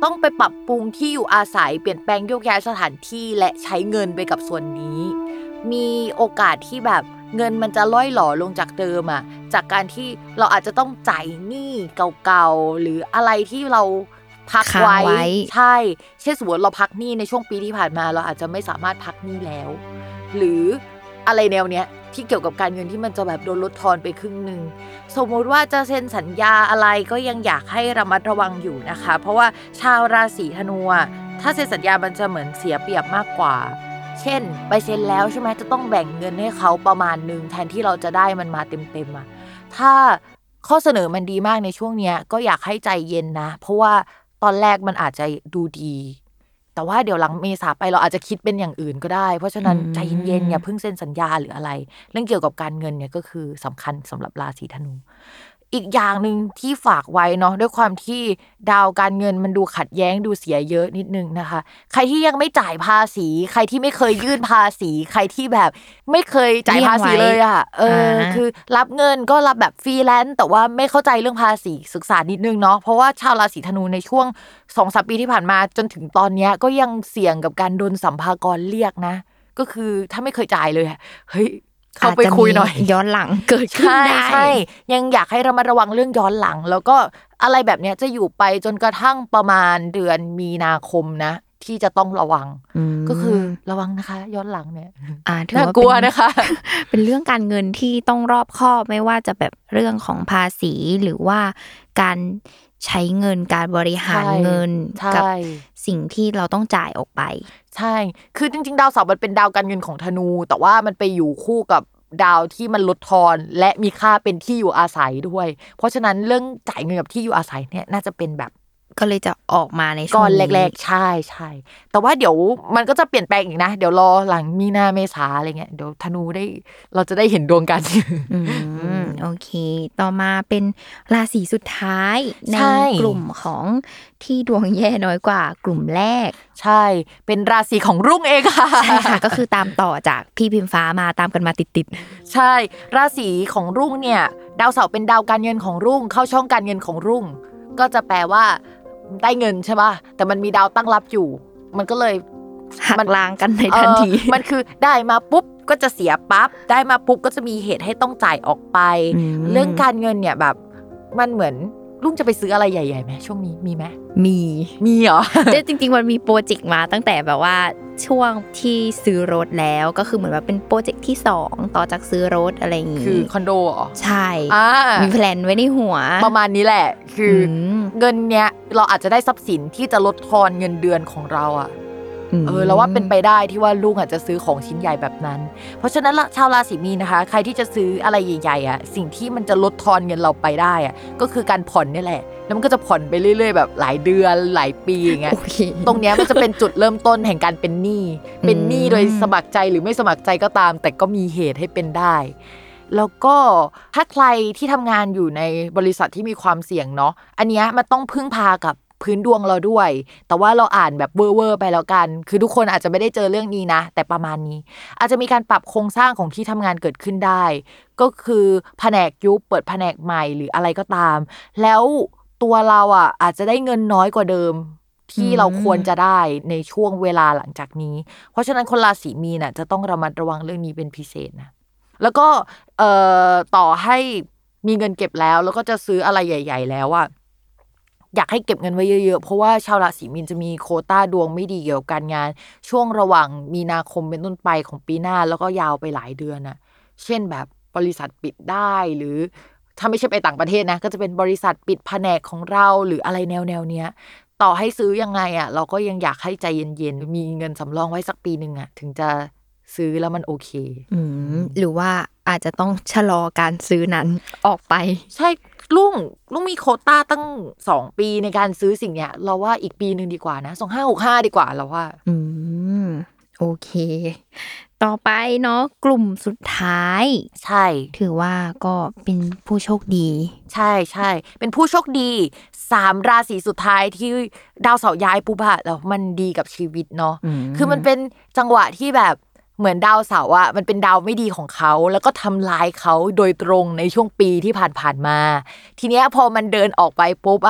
ต้องไปปรับปรุงที่อยู่อาศัยเปลี่ยนแปลงโยกย้ายสถานที่และใช้เงินไปกับส่วนนี้มีโอกาสที่แบบเงินมันจะล่อยหล่อลงจากเดิมอ่ะจากการที่เราอาจจะต้องจ่ายหนี้เก่าๆหรืออะไรที่เราพักไว้ใช่เช่นสมมติเราพักหนี้ในช่วงปีที่ผ่านมาเราอาจจะไม่สามารถพักหนี้แล้วหรืออะไรแนวเนี้ยที่เกี่ยวกับการเงินที่มันจะแบบโดนลดทอนไปครึ่งนึงสมมติว่าจะเซ็นสัญญาอะไรก็ยังอยากให้ระมัดระวังอยู่นะคะเพราะว่าชาวราศีธนูถ้าเซ็นสัญญามันจะเหมือนเสียเปรียบมากกว่าเช่นไปเซ็นแล้วใช่ไหมจะต้องแบ่งเงินให้เขาประมาณนึงแทนที่เราจะได้มันมาเต็มๆอ่ะถ้าข้อเสนอมันดีมากในช่วงเนี้ยก็อยากให้ใจเย็นนะเพราะว่าตอนแรกมันอาจจะดูดีแต่ว่าเดี๋ยวหลังเมษาไปเราอาจจะคิดเป็นอย่างอื่นก็ได้เพราะฉะนั้นใจเย็นๆอย่าเพิ่งเซ็นสัญญาหรืออะไรเรื่องเกี่ยวกับการเงินเนี่ยก็คือสำคัญสำหรับราศีธนูอีกอย่างนึงที่ฝากไว้เนาะด้วยความที่ดาวการเงินมันดูขัดแย้งดูเสียเยอะนิดนึงนะคะใครที่ยังไม่จ่ายภาษีใครที่ไม่เคยยื่นภาษีใครที่แบบไม่เคยจ่ายภาษีเลยอ่ะเออคือรับเงินก็รับแบบฟรีแลนซ์แต่ว่าไม่เข้าใจเรื่องภาษีศึกษานิดนึงเนาะเพราะว่าชาวราศีธนูในช่วง สองถึงสาม ปีที่ผ่านมาจนถึงตอนนี้ก็ยังเสี่ยงกับการโดนสัมภากรเรียกนะก็คือถ้าไม่เคยจ่ายเลยเฮ้ยเข้าไปคุยหน่อยย้อนหลังเกิดขึ้นได้ใช่ยังอยากให้ระมัดระวังเรื่องย้อนหลังแล้วก็อะไรแบบนี้จะอยู่ไปจนกระทั่งประมาณเดือนมีนาคมนะที่จะต้องระวังก็คือระวังนะคะย้อนหลังเนี่ยน่ากลัวนะคะเป็นเรื่องการเงินที่ต้องรอบคอบไม่ว่าจะแบบเรื่องของภาษีหรือว่าการใช้เงินการบริหารเงินกับสิ่งที่เราต้องจ่ายออกไปใช่คือจริงๆดาวเสาร์มันเป็นดาวการเงินของธนูแต่ว่ามันไปอยู่คู่กับดาวที่มันลดทอนและมีค่าเป็นที่อยู่อาศัยด้วยเพราะฉะนั้นเรื่องจ่ายเงินกับที่อยู่อาศัยเนี่ยน่าจะเป็นแบบก็เลยจะออกมาในช่วงก่อนแรกๆใช่ใช่แต่ว่าเดี๋ยวมันก็จะเปลี่ยนแปลงอีกนะเดี๋ยวรอหลังมีนาเมษาอะไรเงี้ยเดี๋ยวธนูได้เราจะได้เห็นดวงกันอืมโอเคต่อมาเป็นราศีสุดท้ายในกลุ่มของที่ดวงแย่น้อยกว่ากลุ่มแรกใช่เป็นราศีของรุ่งเองค่ะใช่ค่ะก็คือตามต่อจากพี่พิมฟ้ามาตามกันมาติดๆใช่ราศีของรุ่งเนี่ยดาวเสาร์เป็นดาวการเงินของรุ่งเข้าช่องการเงินของรุ่งก็จะแปลว่าได้เงินใช่ป่ะแต่มันมีดาวตั้งรับอยู่มันก็เลยหักล้างกันในทันทีมันคือได้มาปุ๊บก็จะเสียปั๊บได้มาปุ๊บก็จะมีเหตุให้ต้องจ่ายออกไปเรื่องการเงินเนี่ยแบบมันเหมือนลุงจะไปซื้ออะไรใหญ่ๆไหมช่วงนี้มีไหมมีมีเหรอแต่จริงๆมันมีโปรเจกต์มาตั้งแต่แบบว่าช่วงที่ซื้อรถแล้วก็คือเหมือนว่าเป็นโปรเจกต์ที่สองต่อจากซื้อรถอะไรอย่างงี้คือคอนโดเหรอใช่มีแพลนไว้ในหัวประมาณนี้แหละคือเงินเนี้ยเราอาจจะได้ทรัพย์สินที่จะลดทอนเงินเดือนของเราอ่ะเออเราว่าเป็นไปได้ที่ว่าลุงอาจจะซื้อของชิ้นใหญ่แบบนั้นเพราะฉะนั้นชาวราศีมีนนะคะใครที่จะซื้ออะไรใหญ่ๆอ่ะสิ่งที่มันจะลดทอนเงินเราไปได้อ่ะก็คือการผ่อนนี่แหละแล้วมันก็จะผ่อนไปเรื่อยๆแบบหลายเดือนหลายปีอย่างเงี้ย okay. ตรงเนี้ยมันจะเป็นจุดเริ่มต้นแห่งการเป็นหนี้เป็นหนี้โดยสมัครใจหรือไม่สมัครใจก็ตามแต่ก็มีเหตุให้เป็นได้แล้วก็ถ้าใครที่ทำงานอยู่ในบริษัทที่มีความเสี่ยงเนาะอันเนี้ยมันต้องพึ่งพากับพื้นดวงเราด้วยแต่ว่าเราอ่านแบบเวอร์ๆไปแล้วกันคือทุกคนอาจจะไม่ได้เจอเรื่องนี้นะแต่ประมาณนี้อาจจะมีการปรับโครงสร้างของที่ทำงานเกิดขึ้นได้ก็คือแผนกยุบเปิดแผนกใหม่หรืออะไรก็ตามแล้วตัวเราอ่ะอาจจะได้เงินน้อยกว่าเดิมที่เราควรจะได้ในช่วงเวลาหลังจากนี้เพราะฉะนั้นคนราศีมีนน่ะจะต้องระมัดระวังเรื่องนี้เป็นพิเศษนะแล้วก็เอ่อต่อให้มีเงินเก็บแล้วแล้วก็จะซื้ออะไรใหญ่ๆแล้วอ่ะอยากให้เก็บเงินไว้เยอะๆเพราะว่าชาวราศีมีนจะมีโควต้าดวงไม่ดีเกี่ยวกับการงานช่วงระหว่างมีนาคมเป็นต้นไปของปีหน้าแล้วก็ยาวไปหลายเดือนน่ะเช่นแบบบริษัทปิดได้หรือถ้าไม่ใช่ไปต่างประเทศนะก็จะเป็นบริษัทปิดแผนกของเราหรืออะไรแนวๆเนี้ยต่อให้ซื้อยังไงอ่ะเราก็ยังอยากให้ใจเย็นๆมีเงินสำรองไว้สักปีนึงอ่ะถึงจะซื้อแล้วมันโอเคอืมหรือว่าอาจจะต้องชะลอการซื้อนั้นออกไปใช่ลุงลุงมีโควต้าตั้งสองปีในการซื้อสิ่งเนี้ยเราว่าอีกปีนึงดีกว่านะสองพันห้าร้อยหกสิบห้าดีกว่าเราว่าอืมโอเคต่อไปเนาะกลุ่มสุดท้ายใช่ถือว่าก็เป็นผู้โชคดีใช่ๆเป็นผู้โชคดีสามราศีสุดท้ายที่ดาวเสาร์ย้ายปุ๊บอะแล้วมันดีกับชีวิตเนาะคือมันเป็นจังหวะที่แบบเหมือนดาวเสาร์อ่ะมันเป็นดาวไม่ดีของเขาแล้วก็ทำลายเขาโดยตรงในช่วงปีที่ผ่านๆมาทีเนี้ยพอมันเดินออกไปปุ๊บอ่ะ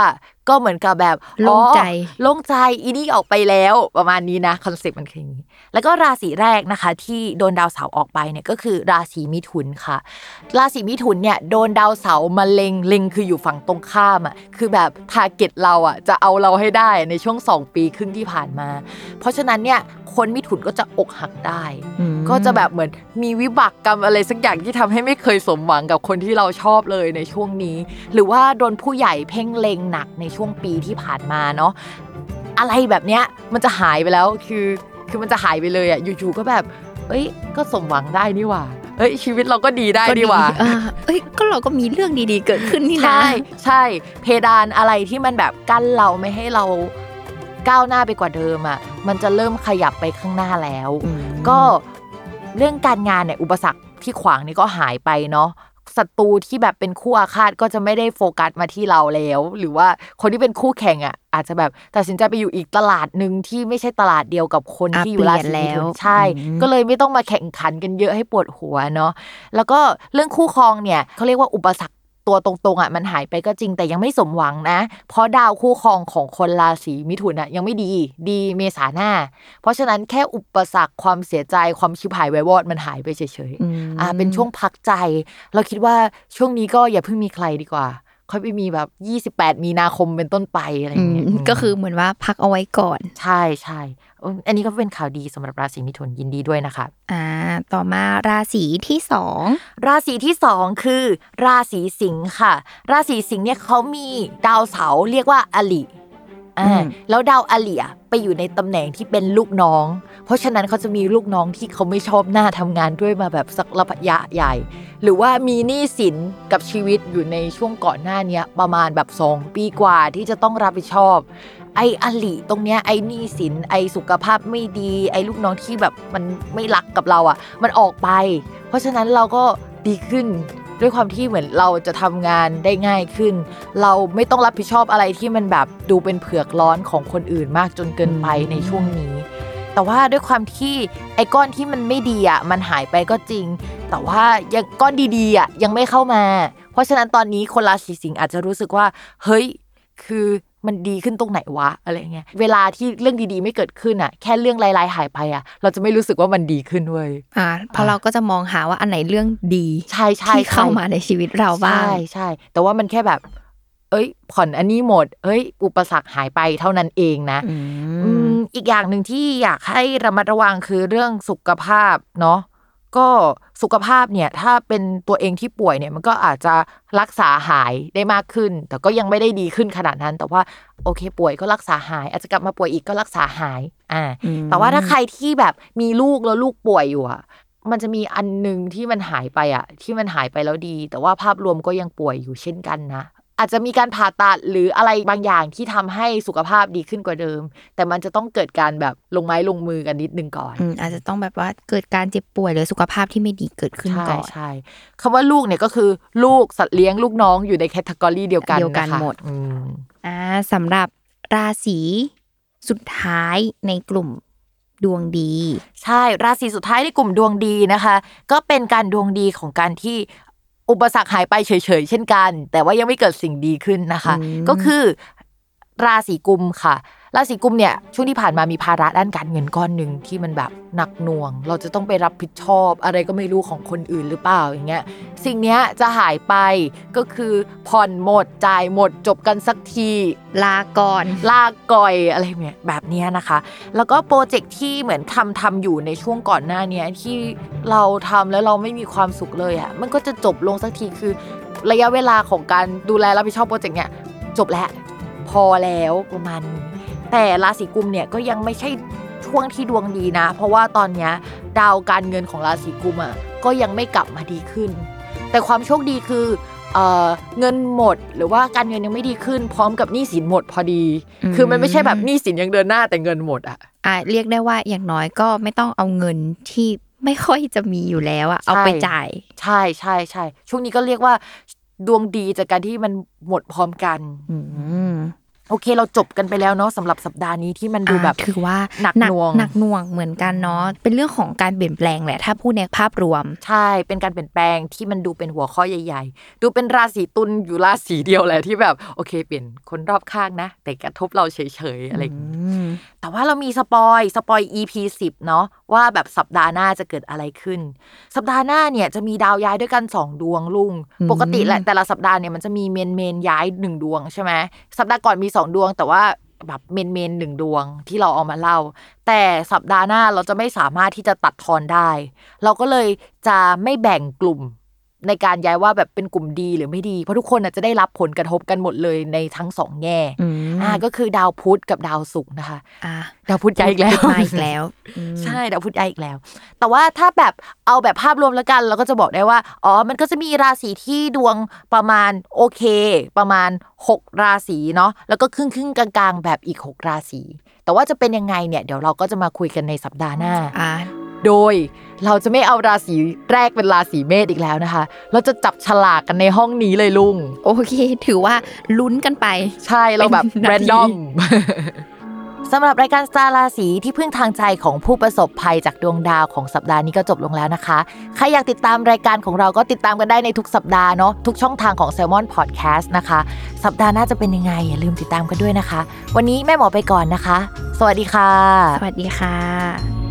ก็เหมือนกับแบบโล่งใจโล่งใจอีนี่ออกไปแล้วประมาณนี้นะคอนเซ็ปต์มันคืออย่างนี้แล้วก็ราศีแรกนะคะที่โดนดาวเสาร์ออกไปเนี่ยก็คือราศีมิถุนค่ะราศีมิถุนเนี่ยโดนดาวเสาร์มาเล็งเล็งคืออยู่ฝั่งตรงข้ามอ่ะคือแบบทาร์เก็ตเราอ่ะจะเอาเราให้ได้ในช่วงสองปีครึ่งที่ผ่านมาเพราะฉะนั้นเนี่ยคนมิถุนก็จะอกหักได้ก็จะแบบเหมือนมีวิบากกรรมอะไรสักอย่างที่ทำให้ไม่เคยสมหวังกับคนที่เราชอบเลยในช่วงนี้หรือว่าโดนผู้ใหญ่เพ่งเล็งหนักในช่วงปีที่ผ่านมาเนาะอะไรแบบเนี้ยมันจะหายไปแล้วคือคือมันจะหายไปเลยอ่ะอยู่ๆก็แบบเอ้ยก็สมหวังได้นี่หว่าเอ้ยชีวิตเราก็ดีได้นี่หว่าเอ้ยก็เราก็มีเรื่องดีๆเกิดขึ้นนี่นะใช่ใช่เพดานอะไรที่มันแบบกั้นเราไม่ให้เราก้าวหน้าไปกว่าเดิมอ่ะมันจะเริ่มขยับไปข้างหน้าแล้วก็เรื่องการงานเนี่ยอุปสรรคที่ขวางนี่ก็หายไปเนาะศัตรูที่แบบเป็นคู่อาฆาตก็จะไม่ได้โฟกัสมาที่เราแล้วหรือว่าคนที่เป็นคู่แข่งอ่ะอาจจะแบบตัดสินใจไปอยู่อีกตลาดนึงที่ไม่ใช่ตลาดเดียวกับคนที่อยู่ราศีมิถุนใช่ก็เลยไม่ต้องมาแข่งขันกันเยอะให้ปวดหัวเนาะแล้วก็เรื่องคู่ครองเนี่ยเขาเรียกว่าอุปสรรคตัวตรงๆอ่ะมันหายไปก็จริงแต่ยังไม่สมหวังนะเพราะดาวคู่ครองของคนราศีมิถุนอ่ะยังไม่ดีดีเมษาหน้าเพราะฉะนั้นแค่อุปสรรคความเสียใจความชิบหายไววอดมันหายไปเฉยๆอ่าเป็นช่วงพักใจเราคิดว่าช่วงนี้ก็อย่าเพิ่งมีใครดีกว่าค่อยไปมีแบบยี่สิบแปดมีนาคมเป็นต้นไปอะไรอย่างเงี้ยก็คือเหมือนว่าพักเอาไว้ก่อนใช่ใช่อันนี้ก็เป็นข่าวดีสำหรับราศีมิถุนยินดีด้วยนะคะอ่าต่อมาราศีที่สองราศีที่สองคือราศีสิงห์ค่ะราศีสิงห์เนี่ยเขามีดาวเสาร์เรียกว่าอลิอ่าแล้วดาวอลิอ่ะไปอยู่ในตำแหน่งที่เป็นลูกน้องเพราะฉะนั้นเขาจะมีลูกน้องที่เขาไม่ชอบหน้าทำงานด้วยมาแบบสักระยะใหญ่หรือว่ามีหนี้สินกับชีวิตอยู่ในช่วงก่อนหน้านี้ประมาณแบบสองปีกว่าที่จะต้องรับผิดชอบไอ้อลิตรงเนี้ยไอ้หนี้สินไอ้สุขภาพไม่ดีไอ้ลูกน้องที่แบบมันไม่รักกับเราอ่ะมันออกไปเพราะฉะนั้นเราก็ดีขึ้นด้วยความที่เหมือนเราจะทำงานได้ง่ายขึ้นเราไม่ต้องรับผิดชอบอะไรที่มันแบบดูเป็นเผือกร้อนของคนอื่นมากจนเกินไปในช่วงนี้แต่ว่าด้วยความที่ไอ้ก้อนที่มันไม่ดีอ่ะมันหายไปก็จริงแต่ว่ายังก้อนดีๆอ่ะยังไม่เข้ามาเพราะฉะนั้นตอนนี้คนราศีสิงห์อาจจะรู้สึกว่าเฮ้ยคือมันดีขึ้นตรงไหนวะอะไรเงี้ยเวลาที่เรื่องดีๆไม่เกิดขึ้นอ่ะแค่เรื่องร้ายๆหายไปอ่ะเราจะไม่รู้สึกว่ามันดีขึ้นเว้ยอ่าเพราะเราก็จะมองหาว่าอันไหนเรื่องดีใช่ๆที่เข้ามาในชีวิตเราบ้างใช่ๆแต่ว่ามันแค่แบบเอ้ยผ่อนอันนี้หมดเอ้ยอุปสรรคหายไปเท่านั้นเองนะอืมอีกอย่างนึงที่อยากให้ระมัดระวังคือเรื่องสุขภาพเนาะก็สุขภาพเนี่ยถ้าเป็นตัวเองที่ป่วยเนี่ยมันก็อาจจะรักษาหายได้มากขึ้นแต่ก็ยังไม่ได้ดีขึ้นขนาดนั้นแต่ว่าโอเคป่วยก็รักษาหายอาจจะกลับมาป่วยอีกก็รักษาหายอ่าแต่ว่าถ้าใครที่แบบมีลูกแล้วลูกป่วยอยู่อ่ะมันจะมีอันนึงที่มันหายไปอ่ะที่มันหายไปแล้วดีแต่ว่าภาพรวมก็ยังป่วยอยู่เช่นกันนะอาจจะมีการผ่าตัดหรืออะไรบางอย่างที่ทำให้สุขภาพดีขึ้นกว่าเดิมแต่มันจะต้องเกิดการแบบลงไม้ลงมือกันนิดนึงก่อนอืมอาจจะต้องแบบว่าเกิดการเจ็บป่วยหรือสุขภาพที่ไม่ดีเกิดขึ้นก่อนใช่ๆคำว่าลูกเนี่ยก็คือลูกสัตว์เลี้ยงลูกน้องอยู่ในแคตตากรีเดียวกันเดียวกันหมดอ่าสำหรับราศีสุดท้ายในกลุ่มดวงดีใช่ราศีสุดท้ายในกลุ่มดวงดีนะคะก็เป็นการดวงดีของการที่อุปสรรคหายไปเฉยๆเช่นกันแต่ว่ายังไม่เกิดสิ่งดีขึ้นนะคะก็คือราศีกุมค่ะราศีกุมเนี่ยช่วงที่ผ่านมามีภาระด้านการเงินก้อนนึงที่มันแบบหนักหน่วงเราจะต้องไปรับผิดชอบอะไรก็ไม่รู้ของคนอื่นหรือเปล่าอย่างเงี้ยสิ่งเนี้ยจะหายไปก็คือผ่อนหมดจ่ายหมดจบกันสักทีลาก่อนลาก่อยอะไรเนี่ยแบบนี้นะคะแล้วก็โปรเจกต์ที่เหมือนทำทำอยู่ในช่วงก่อนหน้านี้ที่เราทำแล้วเราไม่มีความสุขเลยอ่ะมันก็จะจบลงสักทีคือระยะเวลาของการดูแลรับผิดชอบโปรเจกต์เนี้ยจบแล้วพอแล้วประมาณนี้แต่ราศีกุมเนี่ยก็ยังไม่ใช่ช่วงที่ดวงดีนะเพราะว่าตอนนี้ดาวการเงินของราศีกุมอ่ะก็ยังไม่กลับมาดีขึ้นแต่ความโชคดีคือเอ่อเงินหมดหรือว่าการเงินยังไม่ดีขึ้นพร้อมกับหนี้สินหมดพอดีคือมันไม่ใช่แบบหนี้สินยังเดินหน้าแต่เงินหมดอ่ะอ่ะเรียกได้ว่าอย่างน้อยก็ไม่ต้องเอาเงินที่ไม่ค่อยจะมีอยู่แล้วอ่ะเอาไปจ่ายใช่ใช่ใช่ช่วงนี้ก็เรียกว่าดวงดีจากการที่มันหมดพร้อมกันโอเคเราจบกันไปแล้วเนาะสำหรับสัปดาห์นี้ที่มันดูแบบถือว่าหนักหน่วงหนักหน่วงเหมือนกันเนาะเป็นเรื่องของการเปลี่ยนแปลงแหละถ้าพูดในภาพรวมใช่เป็นการเปลี่ยนแปลงที่มันดูเป็นหัวข้อใหญ่ๆดูเป็นราศีตุลอยู่ราศีเดียวแหละที่แบบโอเคเปลี่ยนคนรอบข้างนะแต่กระทบเราเฉยๆอะไรอย่างงี้แต่ว่าเรามีสปอยสปอย อี พี สิบเนาะว่าแบบสัปดาห์หน้าจะเกิดอะไรขึ้นสัปดาห์หน้าเนี่ยจะมีดาวย้ายด้วยกันสองดวงลุงปกติแหละแต่ละสัปดาห์เนี่ยมันจะมีเมนเมนย้ายหนึ่งดวงใช่ไหมสัปดาห์ก่อนมีสองดวงแต่ว่าแบบเมนเมนหนึ่งดวงที่เราเอามาเล่าแต่สัปดาห์หน้าเราจะไม่สามารถที่จะตัดทอนได้เราก็เลยจะไม่แบ่งกลุ่มในการย้ายว่าแบบเป็นกลุ่มดีหรือไม่ดีเพราะทุกคนจะได้รับผลกระทบกันหมดเลยในทั้งสองแง่อ่าก็คือดาวพุธกับดาวศุกร์นะคะอ่าดาวพุธย้ายอีกแล้วมาอีกแล้วใช่ดาวพุธย้ายอีกแล้วแต่ว่าถ้าแบบเอาแบบภาพรวมแล้วกันเราก็จะบอกได้ว่าอ๋อมันก็จะมีราศีที่ดวงประมาณโอเคประมาณหกราศีเนาะแล้วก็ครึ่งๆกลางๆแบบอีกหกราศีแต่ว่าจะเป็นยังไงเนี่ยเดี๋ยวเราก็จะมาคุยกันในสัปดาห์หน้าอ่าโดยเราจะไม่เอาราศีแรกเป็นราศีเมษอีกแล้วนะคะเราจะจับฉลากกันในห้องนี้เลยลุงโอเคถือว่าลุ้นกันไปใช่เราแบบแรนดอมสำหรับรายการสตาร์ราศีที่พึ่งทางใจของผู้ประสบภัยจากดวงดาวของสัปดาห์นี้ก็จบลงแล้วนะคะใครอยากติดตามรายการของเราก็ติดตามกันได้ในทุกสัปดาห์เนาะทุกช่องทางของ Salmon Podcast นะคะสัปดาห์หน้าจะเป็นยังไงอย่าลืมติดตามกันด้วยนะคะวันนี้แม่หมอไปก่อนนะคะสวัสดีค่ะสวัสดีค่ะ